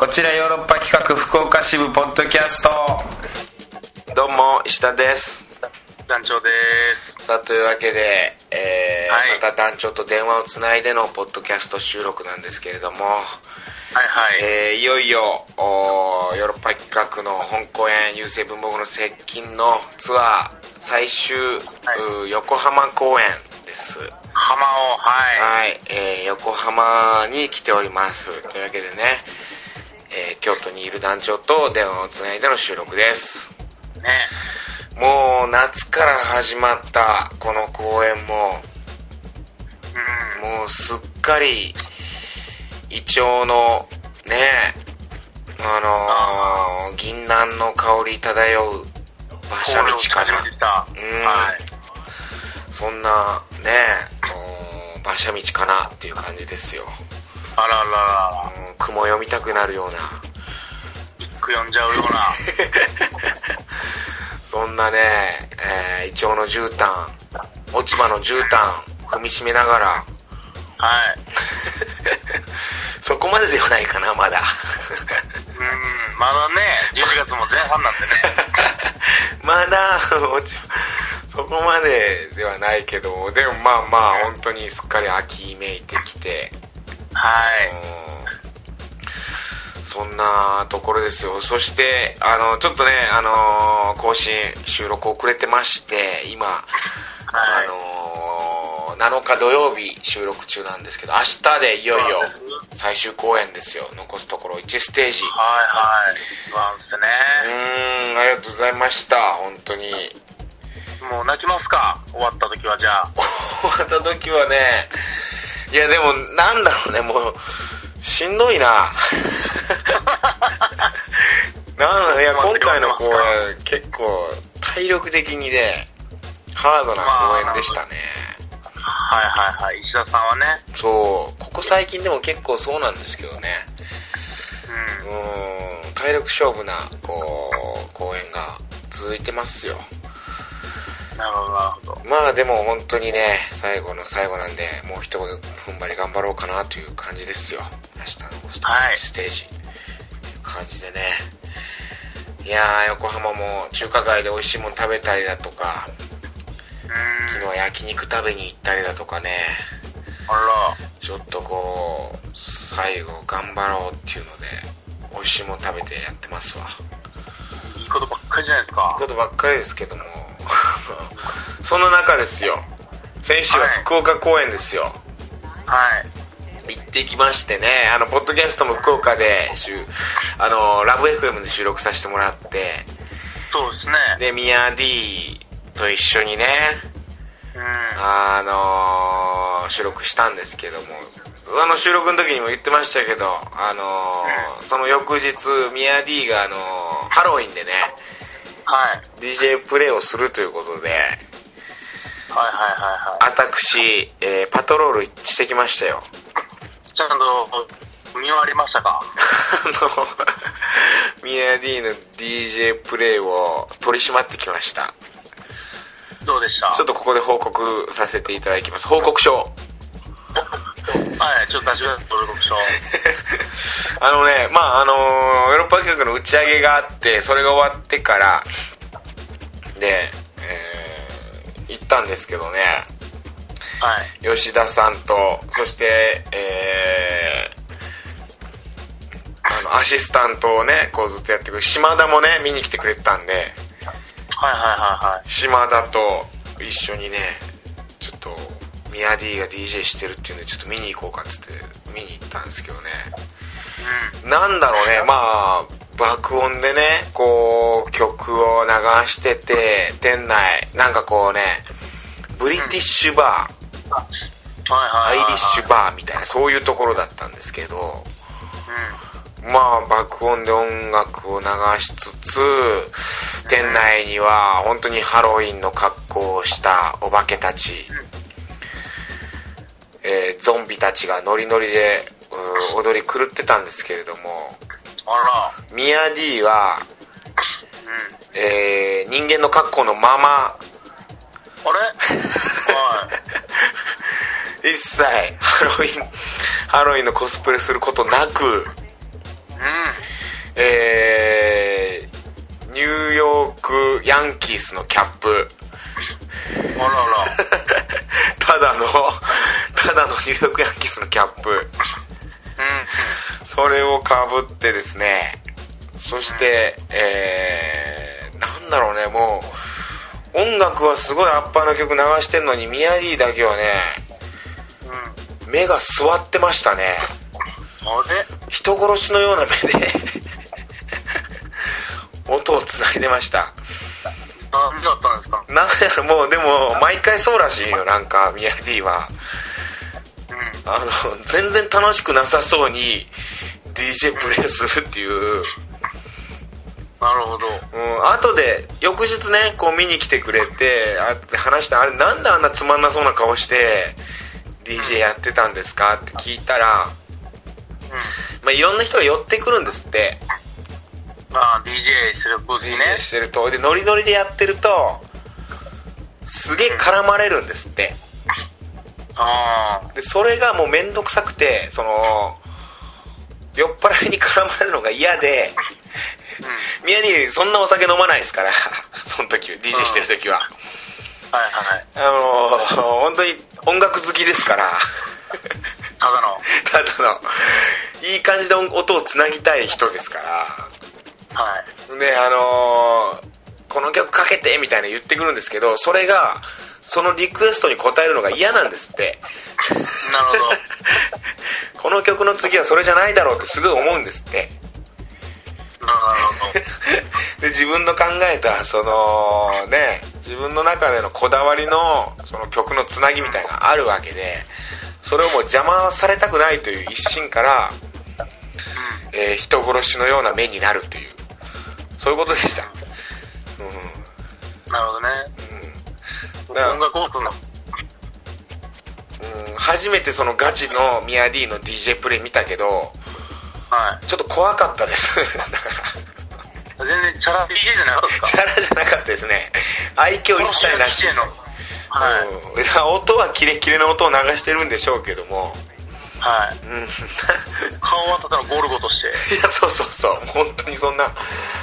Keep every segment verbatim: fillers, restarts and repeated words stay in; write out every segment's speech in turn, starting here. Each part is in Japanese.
こちらヨーロッパ企画福岡支部ポッドキャスト。どうも石田です。 団長です。 さあというわけで、えーはい、 また団長と電話をつないでのポッドキャスト収録なんですけれども、 はいはい、 えー、いよいよヨーロッパ企画の本公演郵政文房具の接近のツアー最終、はい、横浜公演です。 浜尾、はい、 はい、えー、横浜に来ております。というわけでね、えー、京都にいる団長と電話をつないでの収録ですね。 もう夏から始まったこの公演も、うん、もうすっかりイチョウのね、あのー、銀杏の香り漂う馬車道かな、うん、はい、そんなね馬車道かなっていう感じですよ。 あらららら、 うん、雲読みたくなるような、 一句読んじゃうようなそんなね、えー、イチョウの絨毯、落ち葉の絨毯踏みしめながら、 はいそこまでではないかな、まだうん、まだね、じゅういちがつも前半なんでねまだそこまでではないけど、でもまあまあ本当にすっかり秋めいてきて、 はい、 うん、そんなところですよ。そしてあのちょっとね、あの更新収録遅れてまして、今、はい、あのなのか土曜日収録中なんですけど、明日でいよいよ最終公演ですよ。残すところいちステージ。 はいはい、そうなんですね。 うーん、ありがとうございました。本当にもう泣きますか、終わった時は。じゃあ終わった時はね、いやでもなんだろうね、もうしんどいななんいや今回の公演結構体力的にねハードな公演でしたね、 まあ、はいはいはい。石田さんはね、 そうここ最近でも結構そうなんですけどね、うん、うん、体力勝負なこう公演が続いてますよ。 なるほどなるほど。 まあでも本当にね、最後の最後なんで、もう一踏ん張り頑張ろうかなという感じですよ。明日のステージ、はい、という感じでね。いやー、横浜も中華街で美味しいもの食べたりだとか、昨日は焼肉食べに行ったりだとかね、 あら、 ちょっとこう最後頑張ろうっていうので美味しいもの食べてやってますわ。 いいことばっかりじゃないですか。 いいことばっかりですけどもその中ですよ、先週は福岡公演ですよ。 はい、 行ってきましてね、あのポッドキャストも福岡であのラブ エフエム で収録させてもらって、 そうですね。 でミヤ D と一緒にね、 うん、 あのー、収録したんですけども、あの収録の時にも言ってましたけど、あのーうん、その翌日ミヤ D が、あのー、ハロウィンでね、 はい、 ディージェー プレイをするということで、はいはいはいはい、 私、えー、パトロールしてきましたよ。 ちゃんと見終わりましたか？ あのミヤ D の ディージェー プレイを取り締まってきました。 どうでした？ ちょっとここで報告させていただきます。報告書。はい、 ちょっと出します、報告書。 あのね、まああのー、ヨーロッパ企画の打ち上げがあって、それが終わってからで、えー、行ったんですけどね、 はい、 吉田さんと、そして、えー、あのアシスタントをねこうずっとやってくる島田もね見に来てくれてたんで、はいはいはいはい、島田と一緒にね、ちょっとミヤ D が ディージェー してるっていうんでちょっと見に行こうかっつって見に行ったんですけどね、うん、なんだろうね、まあ爆音でねこう曲を流してて、店内なんかこうねブリティッシュバー、アイリッシュバーみたいなそういうところだったんですけど、うん、まあ爆音で音楽を流しつつ、店内には本当にハロウィンの格好をしたお化けたち、えー、ゾンビたちがノリノリで踊り狂ってたんですけれども、 あら、 ミヤ D は、うん、えー、人間の格好のまま、 あれはい、 一切ハロウィンハロウィンのコスプレすることなく、うん、 えー、ニューヨークヤンキースのキャップ、 あららただのただのニューヨークヤンキースのキャップ、うん、それをかぶってですね、そして、うん、えー、なんだろうね、もう音楽はすごいアッパーの曲流してんのにミヤ D だけはね、うん、目が座ってましたね。 あれ、 人殺しのような目で音をつないでました。 何だったんですか。 なんやろ、もうでも毎回そうらしいよ、なんかミヤ D は、うん、あの全然楽しくなさそうに ディージェー プレイするっていう。 なるほど、 うん、後で翌日ねこう見に来てくれてあって話して、あれなんであんなつまんなそうな顔して ディージェー やってたんですかって聞いたら、うん、まあ、いろんな人が寄ってくるんですって。 まあ ディージェー してる時ね、 ディージェー してるとでノリノリでやってるとすげえ絡まれるんですって、うん、あでそれがもうめんどくさくて、その酔っ払いに絡まれるのが嫌で、うん、宮にそんなお酒飲まないですからその時 ディージェー してる時は、 うん、はいはい、 あのー、本当に音楽好きですからただのただのいい感じで音をつなぎたい人ですから、 はい、 であのー、この曲かけてみたいな言ってくるんですけど、それがそのリクエストに応えるのが嫌なんですってなるほどこの曲の次はそれじゃないだろうってすごい思うんですって。 なるほどで自分の考えたそのね、自分の中でのこだわりのその曲のつなぎみたいなのがあるわけで、それをもう邪魔されたくないという一心から、うん、えー、人殺しのような目になるという、そういうことでした、うん、 なるほどね、うん、音楽オープンの、 うん、初めてそのガチのミヤ D の ディージェー プレイ見たけど、はい、ちょっと怖かったですだから全然チャラ ディージェー じゃなかったですか。 チャラじゃなかったですね、愛嬌一切なし、はい、うん、音はキレキレの音を流してるんでしょうけども、 はい、うん、顔はただのゴルゴとしていやそうそうそう、本当にそんな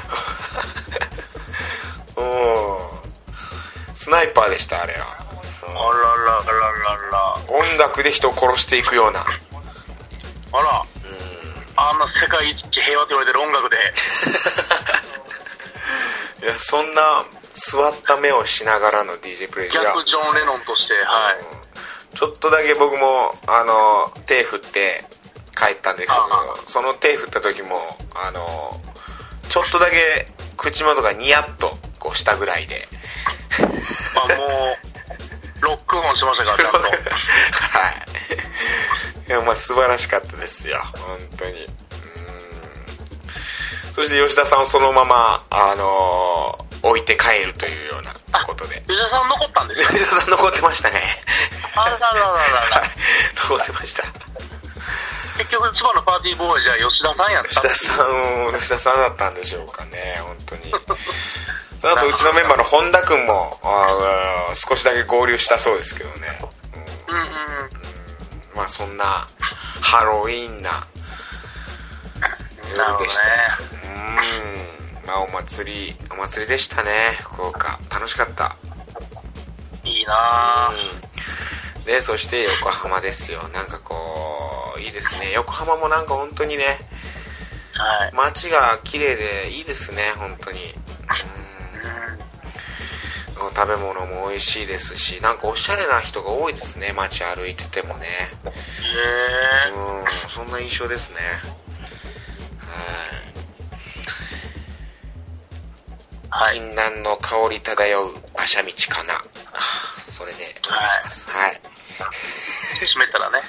うん、スナイパーでしたあれは、 うん、あららららら、 音楽で人を殺していくような、 あら、あんな世界一平和と言われてる音楽でいや、そんな座った目をしながらの ディージェー プレイが逆ジョン・レノンとして、はい、 うん、ちょっとだけ僕もあの手振って帰ったんですけど、その手振った時もあのちょっとだけ口元がニヤッとこうしたぐらいであ、もうロックオンしましたからちゃんとはいいや、まあ素晴らしかったですよ本当に。うん、そして吉田さんをそのまま、あのー、置いて帰るというようなことで。 吉田さん残ったんですか。 吉田さん残ってましたねあららららら、はい、 残ってました。 結局千葉のパーティーボーイじゃあ吉田さんやった。 吉田さん吉田さんだったんでしょうかね本当にその後うちのメンバーの本田君もあ少しだけ合流したそうですけどね、うん、うんうん、うん、まあそんなハロウィーンな夜でした、ね、うん、まあお祭りお祭りでしたね福岡。楽しかった。 いいな、 うん、でそして横浜ですよ。なんかこういいですね。横浜もなんか本当にね、はい、街が綺麗でいいですね本当に。うん、食べ物も美味しいですし、なんかおしゃれな人が多いですね街歩いててもね。へー、うん、そんな印象ですね。はい、禁断の香り漂う馬車道かな。それでお願いします。はい、 閉めたらね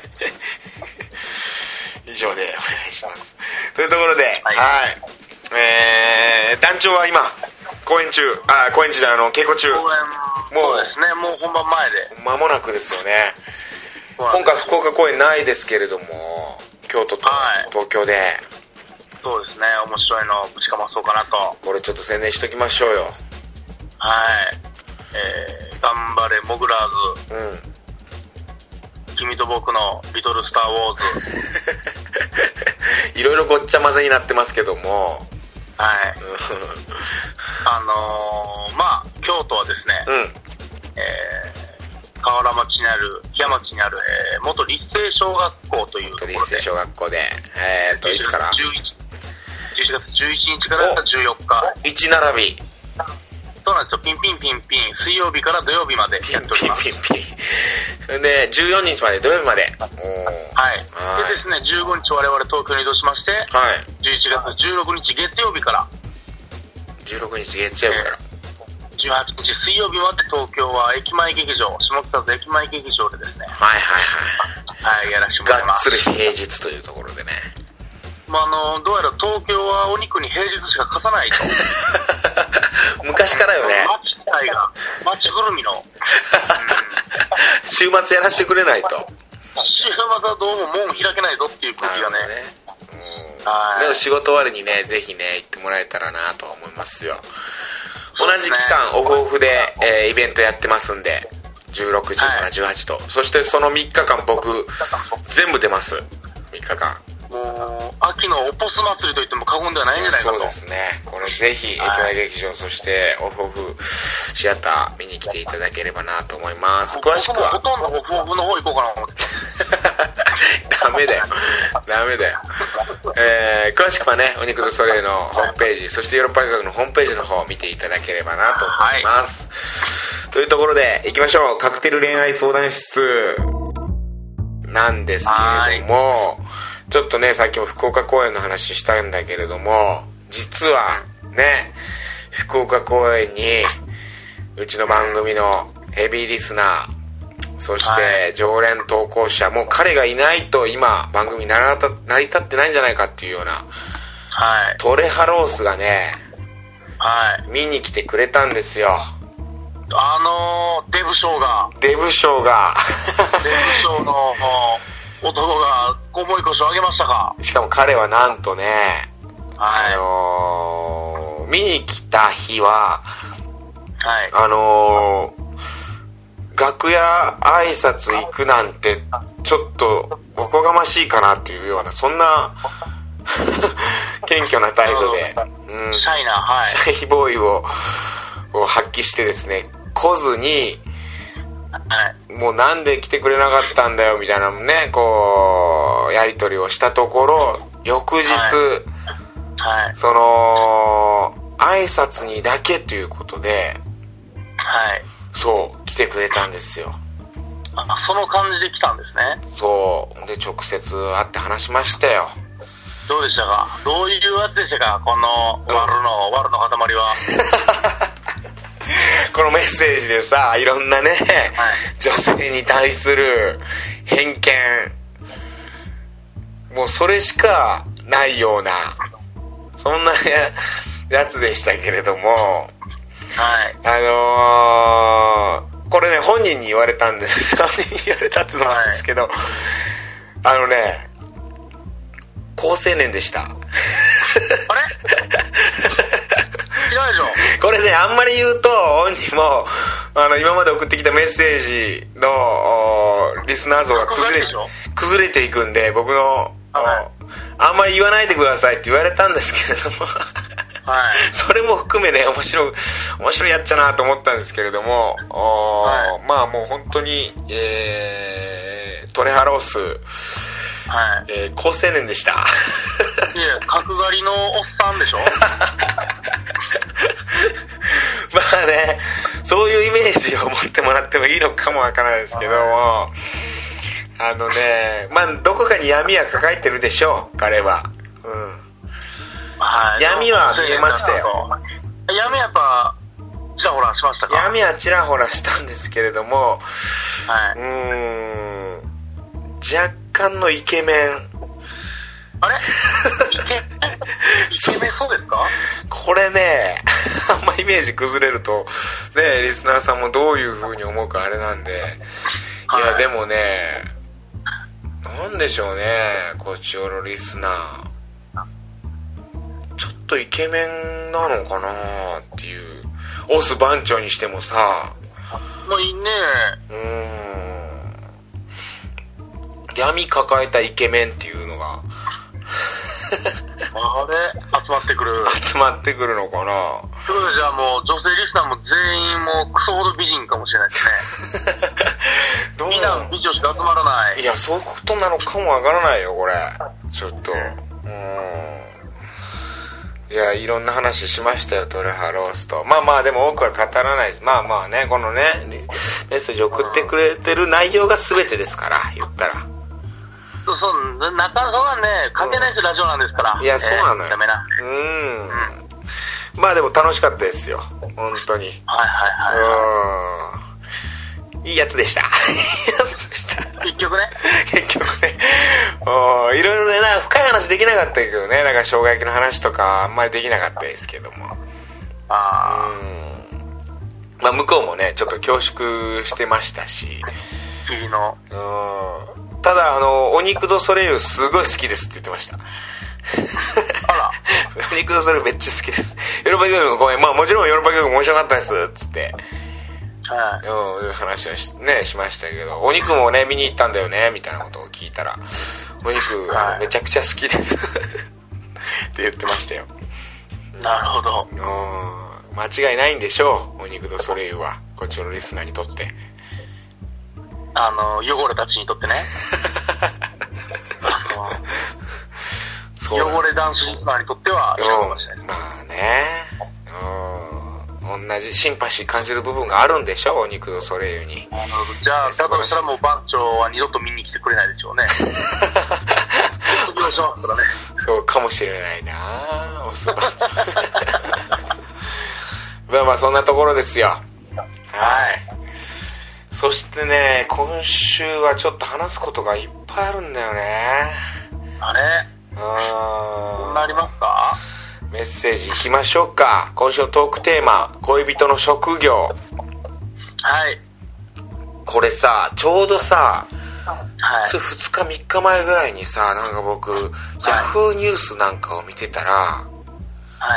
以上でお願いします。というところで、はい、はい、えー、団長は今公演中、あ、公演中であの稽古中。 公演、もうそうですね、もう本番前で間もなくですよね。今回福岡公演ないですけれども、京都と東京で、はい、 そうですね、面白いのぶちかまそうかなと。 これちょっと宣伝しときましょうよ。 はい、えー、頑張れモグラーズ、うん、君と僕のリトルスターウォーズいろいろごっちゃ混ぜになってますけども、 はい。あのー、まあ京都はですね、うん、えー、河原町にある木屋町にある、えー、元立成小学校というところで、 立成小学校で、えー、といつからじゅういちがつじゅういちにちからじゅうよっか、 いち並び。 そうなんですよ。ピンピンピンピン、水曜日から土曜日までやっております。 ピンピンピンピンでじゅうよっかまで、土曜日まで。 はい。でですね、じゅうごにち我々東京に移動しまして、はい、じゅういちがつじゅうろくにち月曜日からじゅうろくにち月曜日から、 えー、じゅうはちにち水曜日まで東京は駅前劇場、下北沢駅前劇場でですね、 はいはいはい、 はい、やらせてもらいます。 がっつり平日というところでね、 まあ、あのどうやら東京はお肉に平日しか貸さないと昔からよね、 街自体が街ぐるみの、うん、 週末やらせてくれないと、 週末はどうも門開けないぞっていう空気がね、 うん、はい、でも仕事終わりにね、ぜひね行ってもらえたらなと思いますよ。同じ期間オフオフで、えー、イベントやってますんで、じゅうろく、じゅうなな、じゅうはちと、そしてそのみっかかん僕全部出ます。みっかかんもう秋のオポス祭りといっても過言ではないんじゃないかと。 そうですね、これぜひ駅前劇場、そしてオフオフシアター見に来ていただければなと思います。詳しくはほとんどオフオフの方行こうかなと思ってダメだよダメだよ、えー、詳しくはね、お肉とソレイユのホームページ、そしてヨーロッパ企画のホームページの方を見ていただければなと思います、はい、というところでいきましょう。カクテル恋愛相談室なんですけれども、ちょっとね、さっきも福岡公演の話したんだけれども、実はね、福岡公演にうちの番組のヘビーリスナー、そして常連投稿者、もう彼がいないと今番組成り立ってないんじゃないかっていうような、はい、トレハロースがね、はい、見に来てくれたんですよ。 あのー、デブ賞がデブ賞がデブ賞の男が重い腰を上げましたか。 しかも彼はなんとね、はい、あのー、見に来た日は、はい、あのー、楽屋挨拶行くなんてちょっとおこがましいかなっていうような、そんな謙虚な態度で、 うん、シャイな、はい、 シャイボーイを発揮してですね、来ずに、はい、もうなんで来てくれなかったんだよみたいなね、こうやり取りをしたところ、翌日、はいはい、その挨拶にだけということで、はい、そう来てくれたんですよ。 あ、その感じで来たんですね。 そうで直接会って話しましたよ。 どうでしたか。どういうやつでしたか、このワルの、うん、ワルの塊はこのメッセージでさ、いろんなね、はい、女性に対する偏見、もうそれしかないような、そんなやつでしたけれども、はい、あのー、これね、本人に言われたんです本人に言われたってのなんですけど、はい、あのね、好青年でした。あれ違うでしょ。 これね、あんまり言うと本人もあの今まで送ってきたメッセージのリスナー像が崩れ崩れていくんで、僕の あ, あんまり言わないでくださいって言われたんですけれどもはい、それも含めね、面白い面白いやっちゃなと思ったんですけれども、はい、まあもう本当に、えー、トレハロース、はい、えー、好青年でした。いや、角刈りのおっさんでしょ。 まあね、そういうイメージを持ってもらってもいいのかもわからないですけども、あのね、まあどこかに闇は抱えてるでしょう、彼は。うん。はい、闇は見えましたよ。 闇やっぱちらほらしましたか。 闇はちらほらしたんですけれども、はい、うーん、若干のイケメン。 あれイケメンイケメンそうですか。 これね、あんまイメージ崩れるとね、リスナーさんもどういう風に思うかあれなんで、はい、いやでもね、なんでしょうね、こちおろリスナー、ちょっとイケメンなのかなっていう。オス番長にしてもさ、 もういいね。 うーん、闇抱えたイケメンっていうのがあれ集まってくる集まってくるのかな。 それじゃあもう女性リスナーも全員もうクソほど美人かもしれないですね。どうみんな美女しか集まらない。 いや、そういうことなのかもわからないよこれ。ちょっと、うん、いや、いろんな話しましたよ、トレハロースト。まあまあでも多くは語らないです。まあまあね、このねメッセージ送ってくれてる内容が全てですから、言ったら。 そうそう、なかなかね、関係ない人ラジオなんですから。 いや、そうなのよ。 ダメな。 うん。まあでも楽しかったですよ、本当に。 はいはいはい。うん。いいやつでした。いいやつでした。 結局ね。 結局ね。おいろいろね、なんか深い話できなかったけどね、なんか生姜焼きの話とかあんまりできなかったですけども。 ああ。 うん。まあ向こうもね、ちょっと恐縮してましたし。 いいの。 うん。ただあのお肉ドソレイユすごい好きですって言ってました。 あら。 お肉ドソレイユめっちゃ好きです。ヨーロッパ教育ごめん、まあもちろんヨーロッパ教育面白かったですっつって、 はい、 うん、いう話は し,、ね、しましたけど、お肉もね見に行ったんだよねみたいなことを聞いたら、お肉、はい、めちゃくちゃ好きですって言ってましたよ。 なるほど。 うん、間違いないんでしょう、お肉ドソレイユはこっちのリスナーにとって。 あの汚れたちにとってね。あの汚れ男子リスナーにとっては一緒かもしれない。まあね、うん、同じシンパシー感じる部分があるんでしょう、お肉ドソレイユに。 じゃあだとしたらもう番長は二度と見に来てくれないでしょうね。 そうかもしれないな、おすばまあまあそんなところですよ。はい。そしてね、今週はちょっと話すことがいっぱいあるんだよね。 あれ？ あそんなありますか？ メッセージいきましょうか。今週のトークテーマ、恋人の職業。 はい。 これさ、ちょうどさ、 はい、 ふつかみっかまえぐらいにさ、なんか僕、はい、ヤフーニュースなんかを見てたら、 はい、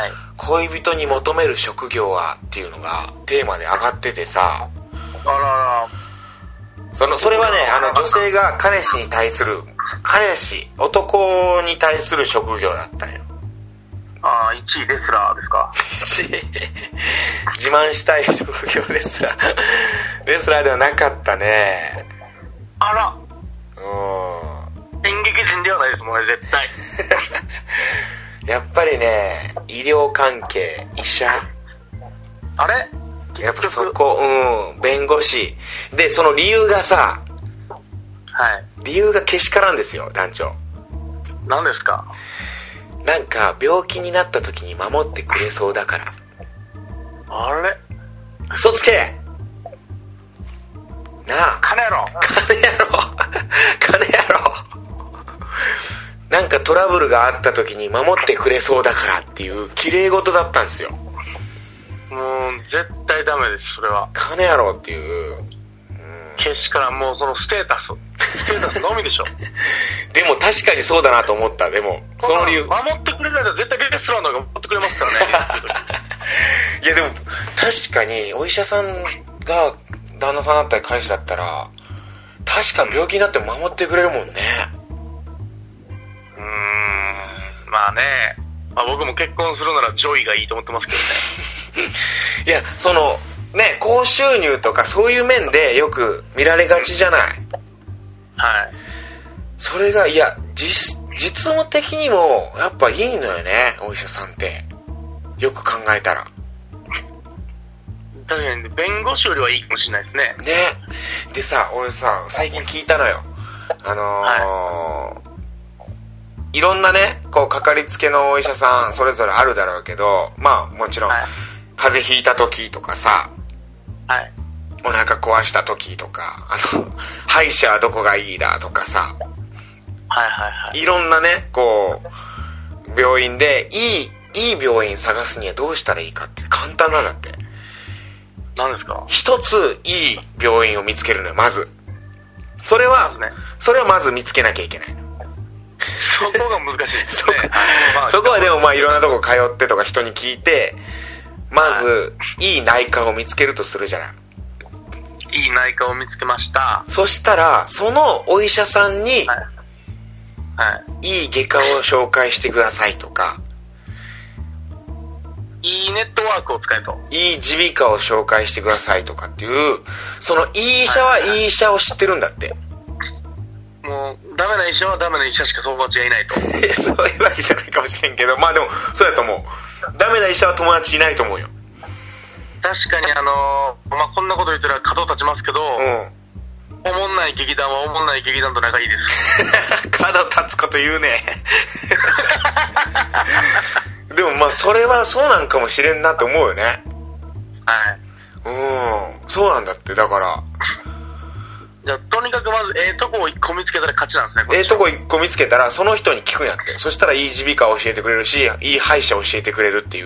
恋人に求める職業はっていうのがテーマで上がっててさ、 あらら、 そのそれはね、あの女性が彼氏に対する、彼氏男に対する職業だったよ。 ああ、いちいレスラーですか？ いちい自慢したい職業レスラーレスラーではなかったね。 あら、 うん、 演劇人ではないですもんね、絶対。 やっぱりね、医療関係、医者、 あれ、 やっぱそこ、うん、弁護士で、その理由がさ、 はい、 理由がけしからんですよ、団長。 何ですか？ なんか病気になった時に守ってくれそうだから。 あれ、 嘘つけなあ、 金やろ金やろ金やろなんかトラブルがあった時に守ってくれそうだからっていう綺麗事だったんですよ。 もう絶対ダメです、それは。 金やろっていう、うん、 けしからん、もうそのステータスステータスのみでしょ。 でも確かにそうだなと思った。でもその理由、 守ってくれないと絶対レスラーの方が守ってくれますからね。 いやでも確かにお医者さんが旦那さんだったり彼氏だったら確かに病気になっても守ってくれるもんね。 うーん、まあね、まあ、僕も結婚するならジョイがいいと思ってますけどね。 いや、そのね、高収入とかそういう面でよく見られがちじゃない。 はい。それが、いや 実, 実務的にもやっぱいいのよね、お医者さんって。よく考えたら確かに弁護士よりはいいかもしれないですね。 ね。でさ、俺さ最近聞いたのよ。あのーはい、いろんなね、こうかかりつけのお医者さんそれぞれあるだろうけど、まあもちろん、はい、風邪ひいた時とかさ、 はい、 お腹壊した時とか、あの歯医者はどこがいいだとかさ、 はいはいはい、 いろんなね、こう病院でいいいい病院探すにはどうしたらいいかって簡単なんだって。 何ですか？一ついい病院を見つけるのよ、まず。それは、ね、それはまず見つけなきゃいけない。 そこが難しいですね。 そ, そこはでもまあいろんなとこ通ってとか人に聞いて、まずいい内科を見つけるとするじゃない。 いい内科を見つけました。 そしたらそのお医者さんにはい、 いい外科を紹介してくださいとか、 いいネットワークを使えと、 いい耳鼻科を紹介してくださいとかっていう、そのいい医者はいい医者を知ってるんだって。 もうダメな医者はダメな医者しか友達がいないとそういうわけじゃないかもしれんけど、まあでもそうやと思う。ダメな医者は友達いないと思うよ。 確かにあのー、まあこんなこと言ったら角立ちますけど、うん、おもんない劇団はおもんない劇団と仲いいです角立つこと言うねでもまあそれはそうなんかもしれんなって思うよね。 はい、 うん、そうなんだって。だからじゃあとにかくまずええとこを一個見つけたら勝ちなんですね。 ええとこ一個見つけたらその人に聞くんやって。そしたらいい耳鼻科を教えてくれるし、いい歯医者を教えてくれるっていう。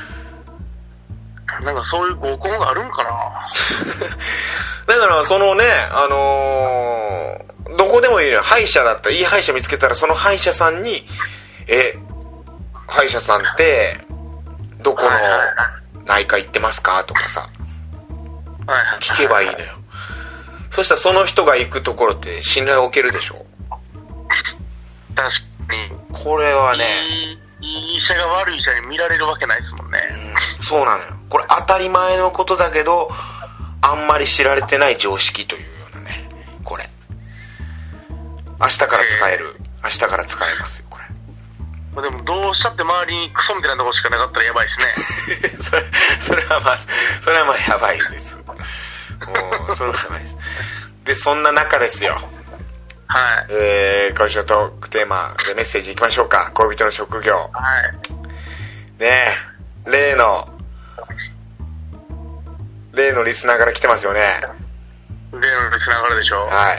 なんかそういう合コンがあるんかなだからそのね、あのー、どこでもいいのよ。歯医者だったらいい歯医者見つけたらその歯医者さんに、え歯医者さんってどこの内科行ってますかとかさ聞けばいいのよ。そしたらその人が行くところって信頼を置けるでしょ。 確かにこれはね、 いい医者が悪い医者に見られるわけないですもんね。 うん、そうなのよ。これ当たり前のことだけどあんまり知られてない常識というようなね。これ明日から使える、えー、明日から使えますよこれ。 でもどうしたって周りにクソみたいなとこしかなかったらやばいですねそれそれはまあそれはまあやばいです。もうそれはやばいです。でそんな中ですよ。 はい、 えー、今週のトークテーマでメッセージいきましょうか。恋人の職業。 はい。 ねえ、例の例のリスナーから来てますよね。 例のリスナーからでしょ。 はい。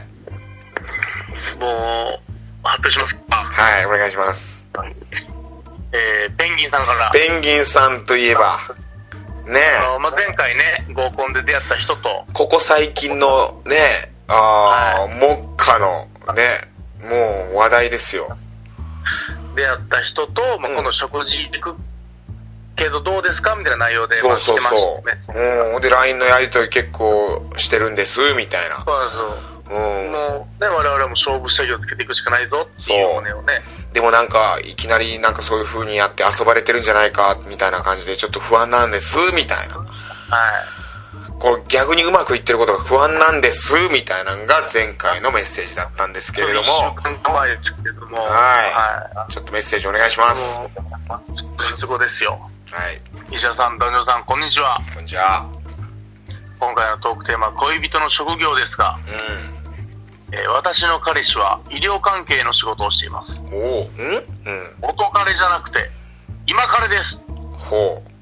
もう発表しますか。 はい、お願いします。 えー、ペンギンさんから。 ペンギンさんといえばねえ、 あの、まあ、前回ね合コンで出会った人とここ最近のねあ、はい、目下のねもう話題ですよ。 出会った人と、まあ、今度食事行くけどどうですかみたいな内容で、 そうそうそう、ね、うん、で ライン のやり取り結構してるんですみたいな。 そうそう、うん、もうね我々も勝負下着をつけていくしかないぞっていう旨をね。 でもなんかいきなりなんかそういう風にやって遊ばれてるんじゃないかみたいな感じでちょっと不安なんですみたいな。 はい。 これ逆にうまくいってることが不安なんですみたいなのが前回のメッセージだったんですけれども、 いっしゅうかんまえですけれども、 はい、はい、ちょっとメッセージお願いします。 そこですよ。 はい。 石田さん、男女さん、こんにちは。 こんにちは。 今回のトークテーマ、恋人の職業ですが、うん、えー、私の彼氏は医療関係の仕事をしています。 おお、うん、うん、 元彼じゃなくて今彼です。 ほう。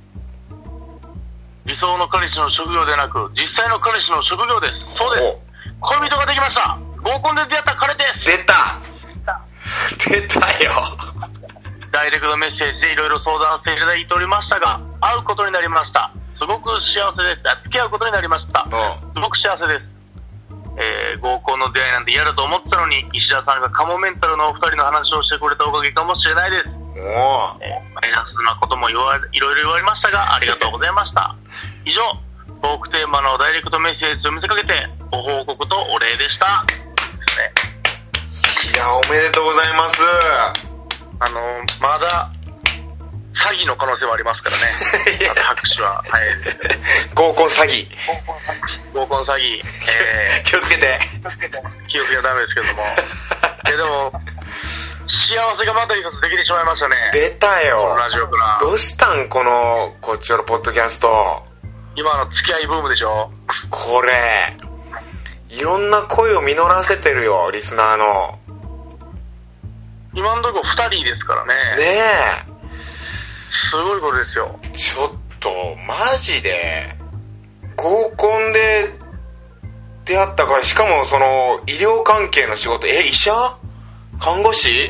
理想の彼氏の職業でなく実際の彼氏の職業です。そうです。恋人ができました。合コンで出会った彼です。 出た出たよ。 ダイレクトメッセージでいろいろ相談していただいておりましたが、会うことになりました。すごく幸せです。付き合うことになりました。すごく幸せです。えー、合コンの出会いなんて嫌だと思ってたのに石田さんがカモメンタルのお二人の話をしてくれたおかげかもしれないです。 お、 えー、マイナスなことも言わいろいろ言われましたがありがとうございました以上、トークテーマのダイレクトメッセージを見せかけてご報告とお礼でした、 ね、いやおめでとうございます。 あのー、まだ詐欺の可能性はありますからね拍手は早いです合コン詐欺合コン詐欺、 えー、気をつけて気をつけなダメですけどもえでも幸せがまた一つできてしまいましたね。 出たよ。 このラジオからどうしたんこのこっちのポッドキャスト。 今の付き合いブームでしょ。 これいろんな声を実らせてるよリスナーの。 今のところふたりですからね。 ねえ、 すごいことですよ。 ちょっとマジで合コンで出会ったから、しかもその医療関係の仕事。え、医者、看護師、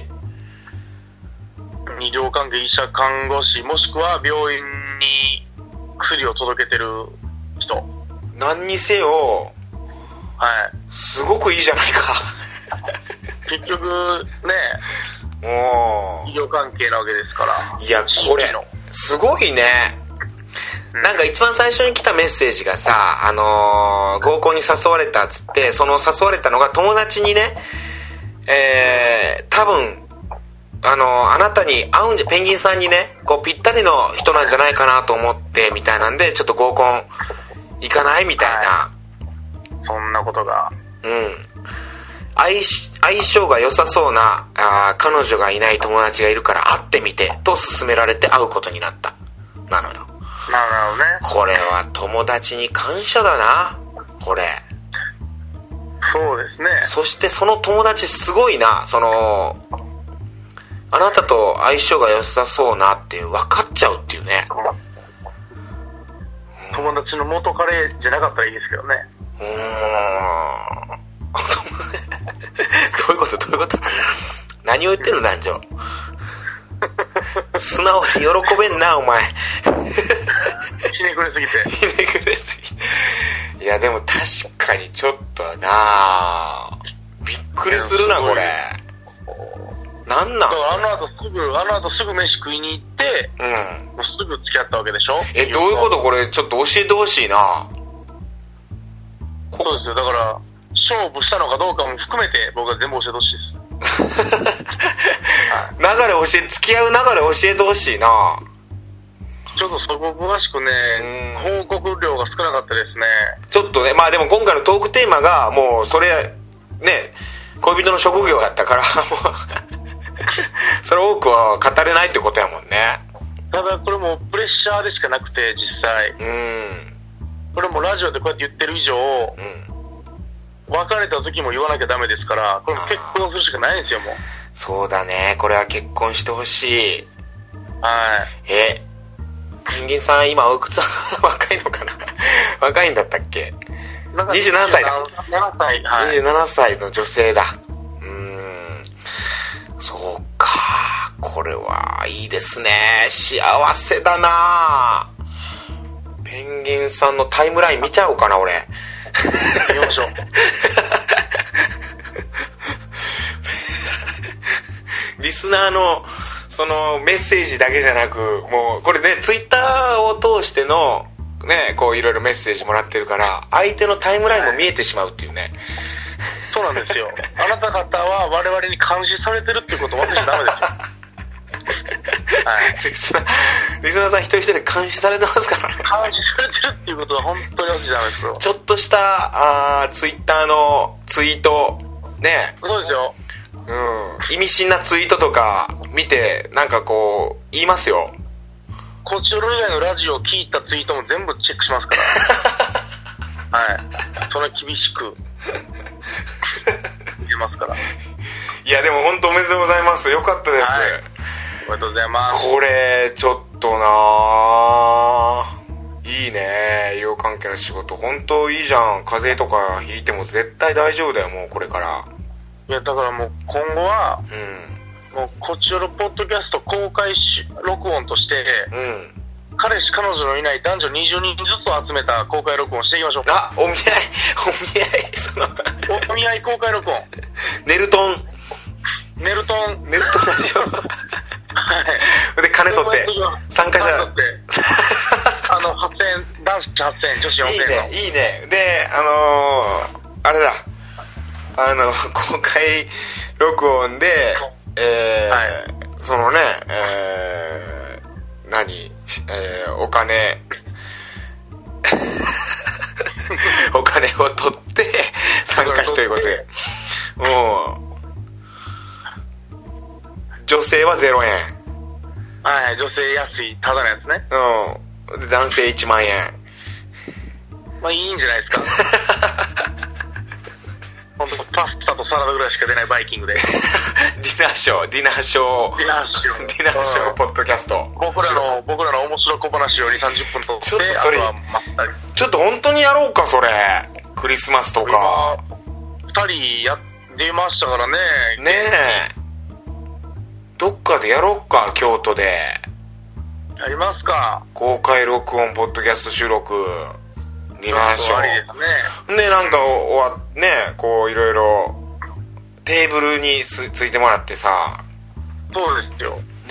医療関係、医者、看護師、もしくは病院に薬を届けてる人、 何にせよ、 はい、 すごくいいじゃないか結局ね、 もう医療関係なわけですから。 いやこれすごいね。なんか一番最初に来たメッセージがさ、あのー、合コンに誘われたっつって、その誘われたのが友達にねえー、多分あのあなたに合うんじゃペンギンさんにねこうぴったりの人なんじゃないかなと思ってみたいなんでちょっと合コン行かないみたいな、はい、そんなことがうん相, 相性が良さそうなあ彼女がいない友達がいるから会ってみてと勧められて会うことになったなのよ。 なるほどね。 これは友達に感謝だなこれ。 そうですね。 そしてその友達すごいなそのあなたと相性が良さそうなっていう分かっちゃうっていうね。 友達の元彼じゃなかったらいいですけどね。 うーんどういうことどういうこと何を言ってる男女素直に喜べんなお前ひねくれすぎてひねくれすぎていやでも確かにちょっとなびっくりするなこれ。なんなんだからあの後すぐあの後すぐ飯食いに行って、うん、もうすぐ付き合ったわけでしょ。 えどういうことこれちょっと教えてほしいな。 そうですよ。だから勝負したのかどうかも含めて僕は全部教えてほしいです流れ教え付き合う流れ教えてほしいな。 ちょっとそこ詳しくね報告量が少なかったですね。 ちょっとねまあでも今回のトークテーマがもうそれね恋人の職業やったからもうそれ多くは語れないってことやもんね。 ただこれもプレッシャーでしかなくて実際うんこれもラジオでこうやって言ってる以上、うん、別れた時も言わなきゃダメですからこれ結婚するしかないんですよもう。 そうだねこれは結婚してほしい。 はいえペンギンさん今おいくつ若いのかな若いんだったっけ。にじゅうななさいだ。 ななさい、はい、 にじゅうななさいの女性だ。うーんそうかこれはいいですね幸せだな。ペンギンさんのタイムライン見ちゃおうかな俺。 見ましょうリスナーのそのメッセージだけじゃなくもうこれねツイッターを通してのねこういろいろメッセージもらってるから相手のタイムラインも見えてしまうっていうね、はい、 そうなんですよあなた方は我々に監視されてるっていうことを忘れちゃダメですよはい、 リスナー、リスナーさん一人一人監視されてますからね。 監視されてるっていうことは本当に忘れちゃダメですよ。 ちょっとしたあツイッターのツイートねそうですよ、 うん、意味深なツイートとか見てなんかこう言いますよ。 こちら以外のラジオを聞いたツイートも全部チェックしますからはいそれ厳しく言えますから。 いやでも本当おめでとうございます。よかったです、はい、 おめでとうございます。 これちょっとないいね医療関係の仕事本当いいじゃん。風邪とかひいても絶対大丈夫だよもうこれから。 いやだからもう今後は、うん、もうこちらのポッドキャスト公開し録音として、うん、彼氏彼女のいない男女にじゅうにんずつを集めた公開録音していきましょう。 あお見合いお見合いそのお見合い公開録音ネルトンネルトンネルトンラジオはいで金取って参加者金取ってあのはっせんえん男子はっせんえん女子よんせんえんのいいねいいねであのー、あれだあの公開録音でえーはい、そのねえー、何、えー、お金お金を取って参加費ということでもう女性はゼロえんはい女性安いただのやつねうんで男性いちまんえんまあいいんじゃないですか本当パスタとサラダぐらいしか出ないバイキングでディナーショーディナーショーディナーショーディナーショーポッドキャスト僕らの僕らの面白小話をにじゅうさんじゅっぷんとってちょっとそれあとはまったりちょっと本当にやろうかそれクリスマスとかふたりやってましたからねねえどっかでやろうか京都でやりますか公開録音ポッドキャスト収録ディナーショーですねでなんかおわねこういろいろテーブルにすついてもらってさそうですよね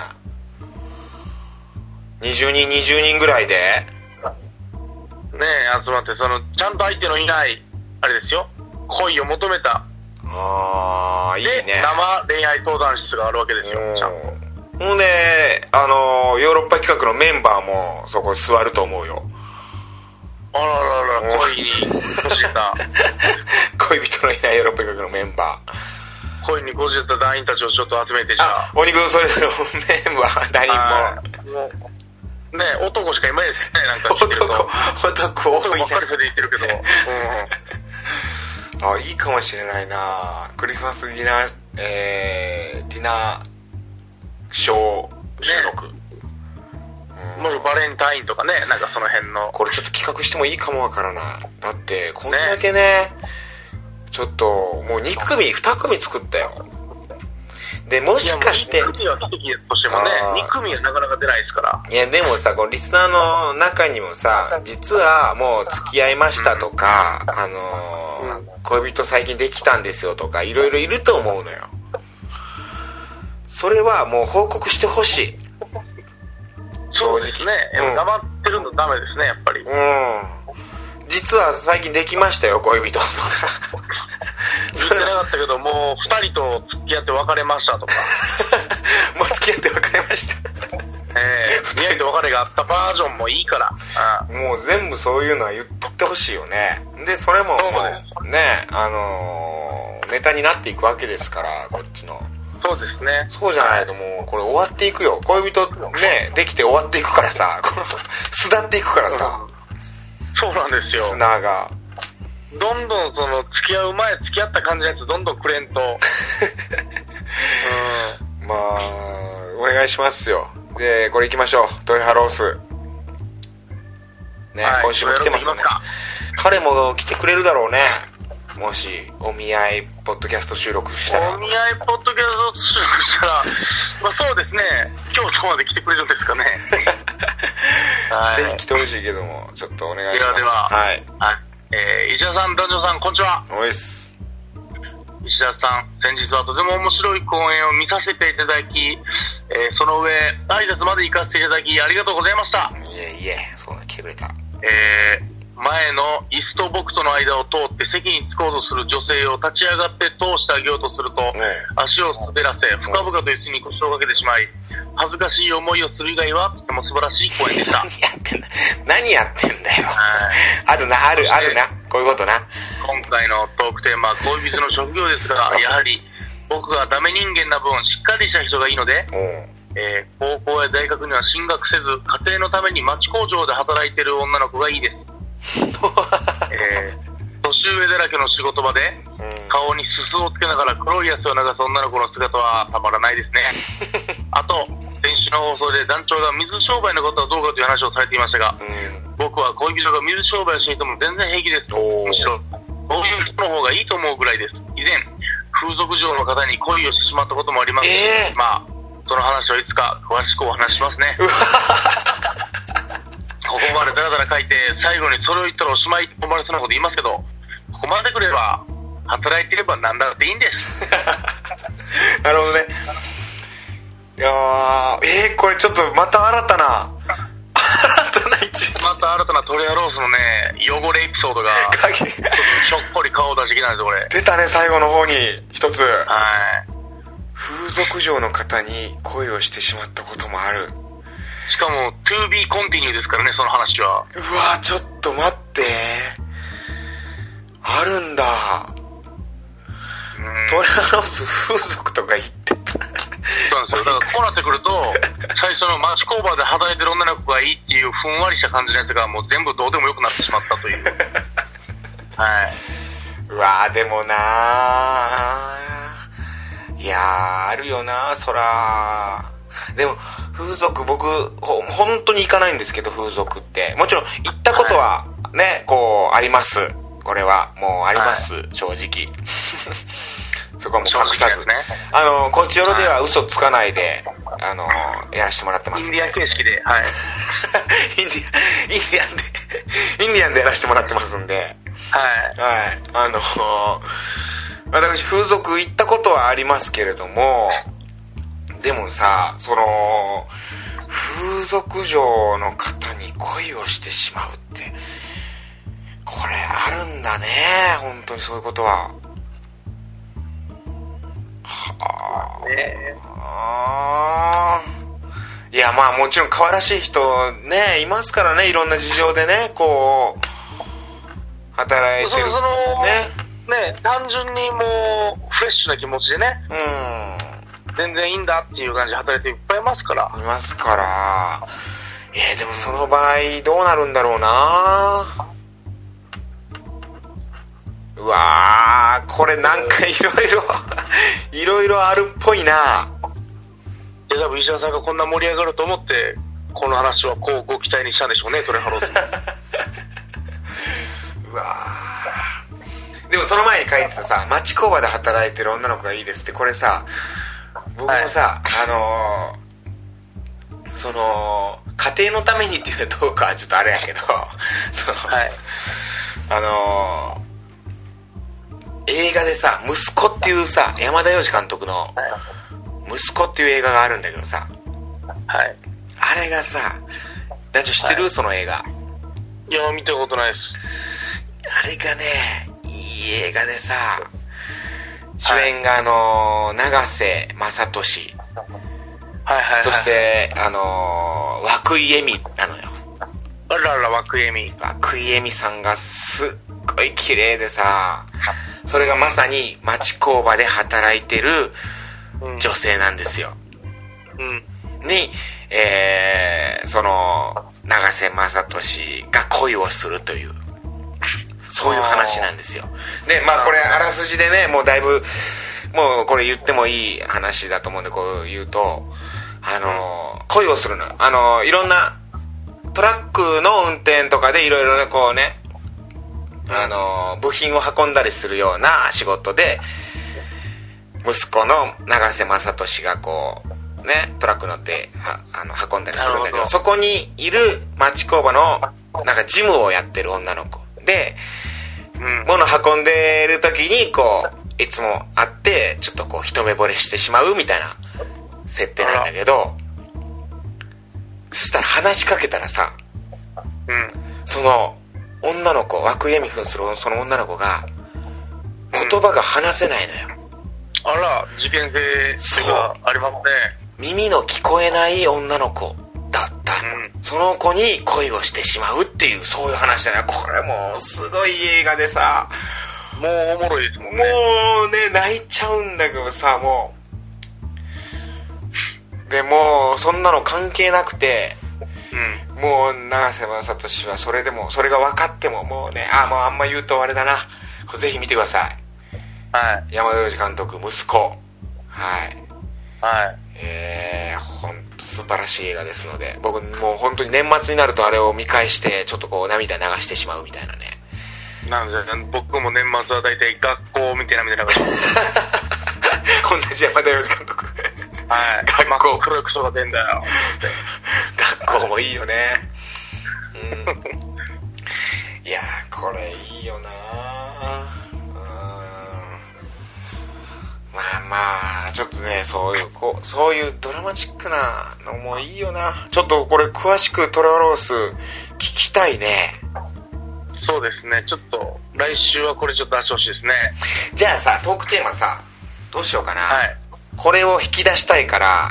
えにじゅうにんにじゅうにんぐらいでねえ集まってそのちゃんと相手のいないあれですよ恋を求めたああいいね。 で生恋愛相談室があるわけですよ。 ほんであのヨーロッパ企画のメンバーもそこに座ると思うよ。 あららら、恋にこじれた恋人のいないヨーロッパ企画のメンバー、恋にこじれた団員たちをちょっと集めて、じゃあお肉それのメンバー団員ももうね、男しかいないですね。なんか聞いてると男男多いね。 男ばっかりそれで言ってるけど、 うん、あいいかもしれないな。クリスマスディナー、えー、ディナーショー収録、ね、 もうバレンタインとかね、なんかその辺のこれちょっと企画してもいいかもわからない。だってこんだけね、ねちょっともうに組に組作ったよ。でもしかしてに組は奇跡としてもね、に組はなかなか出ないですから。 いやでもさ、このリスナーの中にもさ、実はもう付き合いましたとか、うん、あのーうん、恋人最近できたんですよとかいろいろいると思うのよ。それはもう報告してほしい。 そうですね、うん、黙ってるのダメですね、やっぱり。うん、 実は最近できましたよ恋人とか言ってなかったけど、もうふたりと付き合って別れましたとかもう付き合って別れましたええー、見合いと別れがあったバージョンもいいから、 うん、もう全部そういうのは言ってほしいよね。でそれももうね、あのー、ネタになっていくわけですから、こっちの。 そうですね。 そうじゃないともうこれ終わっていくよ。恋人ねできて終わっていくからさ、この巣立っていくからさ、うん、 そうなんですよ。 砂がどんどんその付き合う前付き合った感じのやつどんどんくれんと、 うん、まあお願いしますよ。でこれ行きましょう。トイハロースね、はい、今週も来てますよね。彼も来てくれるだろうね。もしお見合いポッドキャスト収録したら。 お見合いポッドキャスト収録したらまあそうですね、京都まで来てくれるんですかねはい、ぜひ来てほしいけども、ちょっとお願いします。 ではでは、 はい、 はい、えー、石田さん、男女さん、こんにちは。 おいっす。 石田さん、先日はとても面白い公演を見させていただき、えー、その上挨拶まで行かせていただきありがとうございました。 いえいえ、そう来てくれた。 えー前の椅子と僕との間を通って席に着こうとする女性を立ち上がって通してあげようとすると、ね、足を滑らせ深々と椅子に腰をかけてしまい、恥ずかしい思いをする以外はとても素晴らしい公演でした。 何やってんだよあるな、あるあるな、こういうことな。 今回のトークテーマは恋人の職業ですが、やはり僕がダメ人間な分しっかりした人がいいので、えー、高校や大学には進学せず家庭のために町工場で働いている女の子がいいです。えー、年上だらけの仕事場で、うん、顔にすすをつけながら黒い汗を流す女の子の姿はたまらないですねあと先週の放送で団長が水商売のことはどうかという話をされていましたが、うん、僕は恋人が水商売をしていても全然平気です。むしろそういう人の方がいいと思うぐらいです。以前風俗嬢の方に恋をしてしまったこともありますし、えー、まあその話はいつか詳しくお話ししますねここまでダラダラ書いて最後にそれを言ったらおしまいって思われそうなこと言いますけど、ここまでくれば働いてれば何だっていいんですなるほどね。いやー、えー、これちょっとまた新たな新たな一また新たなトレアロースのね汚れエピソードがちょっとひょっこり顔を出してきたんですよこれ。 出たね、最後の方に一つ。 はい、 風俗嬢の方に恋をしてしまったこともある。 しかも トゥービー コンティニューですからね、その話は。 うわちょっと待って、あるんだ。トレアロース風俗とか行ってた。 そうなんですよ。だからこうなってくると最初の町工場で働いてる女の子がいいっていうふんわりした感じのやつがもう全部どうでもよくなってしまったというはい。 うわでもな、いやあるよなそら。でも風俗僕ほ本当に行かないんですけど、風俗ってもちろん行ったことはね、はい、こうあります。これはもうあります、はい、正直そこはもう隠さず、ね、あのこっちよろでは嘘つかないで、はい、あのやらせてもらってます。 インディアン形式で、はいインディアンインディアンでインディアンでやらせてもらってますんで、 はいはい、あの私風俗行ったことはありますけれども、でもさ、その風俗嬢の方に恋をしてしまうってこれあるんだね、本当にそういうことは。 はあ、ね、あいやまあもちろん可愛らしい人ねいますからね、いろんな事情でねこう働いてるそのねね単純にもうフレッシュな気持ちでね、うん、全然いいんだっていう感じで働いていっぱいいますからいますからえー、でもその場合どうなるんだろうな。うわーこれなんかいろいろいろいろあるっぽいな。 いや多分石田さんがこんな盛り上がると思ってこの話はこうご期待にしたんでしょうね、トレハローズうわーでもその前に書いてたさ町工場で働いてる女の子がいいですって、これさ僕もさ、はい、あのー、その家庭のためにっていうのはどうかちょっとあれやけどその、はい、あのー映画でさ息子っていうさ山田洋次監督の息子っていう映画があるんだけどさ、はい、あれがさ団長知ってる、はい、その映画。 いや見たことないです。 あれがねいい映画でさ主演があのー、永瀬正敏、はいはいはい、そしてあのー、涌井絵美なのよ。 あらら涌井絵美涌井絵美さんがすっごい綺麗でさ、それがまさに町工場で働いてる女性なんですよ、うん、に、えー、その永瀬正敏が恋をするというそういう話なんですよ。でまあこれあらすじでねもうだいぶもうこれ言ってもいい話だと思うんでこう言うとあの恋をするのあのいろんなトラックの運転とかでいろいろねこうねあの部品を運んだりするような仕事で息子の永瀬正敏がこうねトラック乗ってあの運んだりするんだけ ど, どそこにいる町工場のなんか事務をやってる女の子で、うん、物運んでる時にこういつも会ってちょっとこう一目惚れしてしまうみたいな設定なんだけど、そしたら話しかけたらさ、うん、その女の子涌井絵美扮するその女の子が言葉が話せないのよ、 うん、あら事件性がありますね。 耳の聞こえない女の子だった、うん、その子に恋をしてしまうっていうそういう話だね。これもうすごい映画でさもうおもろいですもんね。 もうね泣いちゃうんだけどさもうでもうそんなの関係なくて、うん、もう永瀬正敏はそれでもそれが分かってももうねあもうあんま言うとあれだなこれぜひ見てください、はい、山田洋次監督息子はいはいえー、ほんと素晴らしい映画ですので僕もう本当に年末になるとあれを見返してちょっとこう涙流してしまうみたいなね。 なので僕も年末は大体学校を見て涙流して同じ山田洋次監督はい、学校黒いクソが出んだよ学校もいいよね、うん、いやこれいいよな。まあまあちょっとねそういうこうそういうドラマチックなのもいいよな。ちょっとこれ詳しくトラロース聞きたいね。 そうですねちょっと来週はこれちょっと出してほしいですね。 じゃあさトークテーマさどうしようかな、はい、これを引き出したいから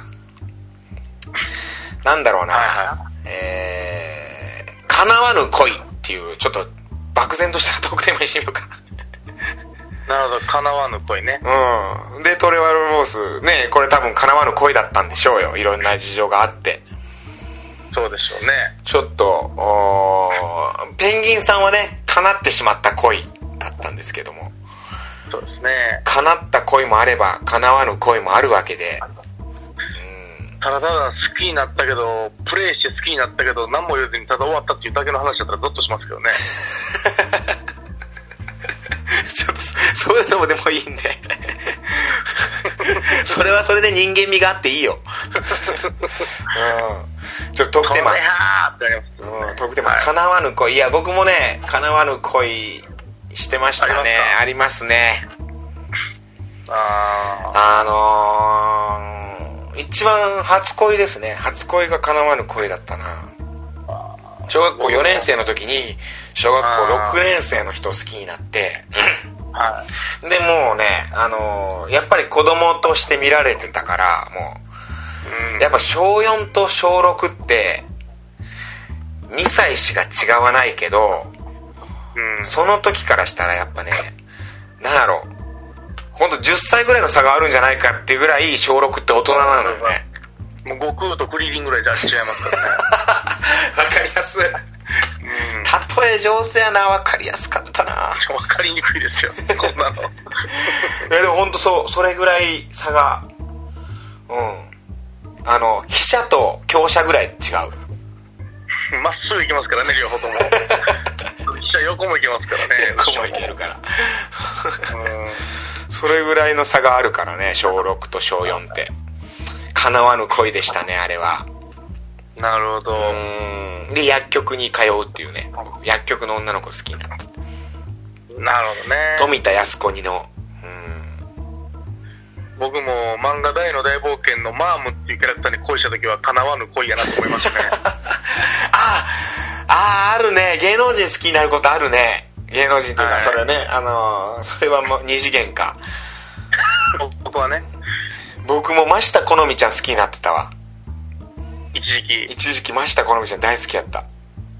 なんだろうな、はいはい、えー、叶わぬ恋っていうちょっと漠然としたトークテーマにしてみようかなるほど叶わぬ恋ね。 うんでトレワロースねこれ多分叶わぬ恋だったんでしょうよ。いろんな事情があってそうでしょうね。 ちょっとペンギンさんはね叶ってしまった恋だったんですけどもそうですね叶った恋もあれば叶わぬ恋もあるわけで、 うん、ただただ好きになったけどプレイして好きになったけど何も言わずにただ終わったっていうだけの話だったらゾッとしますけどねちょっとそういうのもでもいいんでそれはそれで人間味があっていいよ、うん、ちょっとトークテーマうん、トークテーマ、はい、叶わぬ恋いや僕もね叶わぬ恋してましたね。ありますね。ああのー、一番初恋ですね。初恋が叶わぬ恋だったな。小学校よねん生の時に小学校ろくねん生の人を好きになってはい、 でもうね、あのー、やっぱり子供として見られてたからもう、うん、やっぱ小よんと小ろくってにさいしか違わないけど、うん、その時からしたらやっぱね、なんやろう、ほんとじゅっさいぐらいの差があるんじゃないかっていうぐらい小ろくって大人なのよね。 もう悟空とクリリンぐらいじゃ違いますからね。 わかりやすい、うん、例え上手やな、わかりやすかったな。わかりにくいですよこんなの。 えでもほんとそう、それぐらい差が、うん、あの飛車と香車ぐらい違う。 まっすぐ行きますからね、両方とも。飛車横も行けますからね。 横も行けるから。うん、それぐらいの差があるからね、小ろくと小よんって。叶わぬ恋でしたね、あれは。 なるほど。 うん、で薬局に通うっていうね、薬局の女の子好きになった。 なるほどね。 富田靖子にの、うん、 僕も漫画大の大冒険のマームっていうキャラクターに恋した時は叶わぬ恋やなと思いましたね。 ああ、あるね、芸能人好きになることあるね。芸能人っていうか、はい、それね、あのー、それはもう二次元か。 僕はね、 僕も真下好みちゃん好きになってたわ。 一時期一時期真下好みちゃん大好きやった。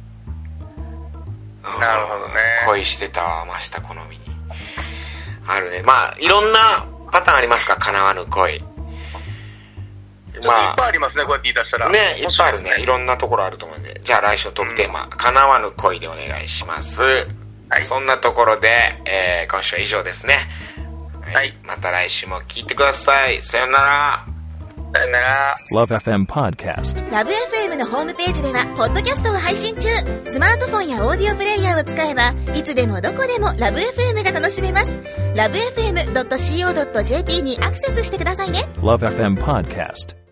なるほどね。 恋してたわ、真下好みに。あるね。まあいろんなパターンありますか、叶わぬ恋。 まあいっぱいありますね、こうやって言い出したらね、いっぱいあるね。いろんなところあると思うんで、じゃあ来週のトークテーマ、うん、叶わぬ恋でお願いします。はい、そんなところで、えー、今週は以上ですね。はい、また来週も聞いてください。さよなら。 さよなら。 Love エフエム Podcast。 ラブ エフエム のホームページではポッドキャストを配信中。スマートフォンやオーディオプレイヤーを使えばいつでもどこでもラブ エフエム が楽しめます。ラブエフエムドットシーオードットジェーピー にアクセスしてくださいね。 Love エフエム Podcast。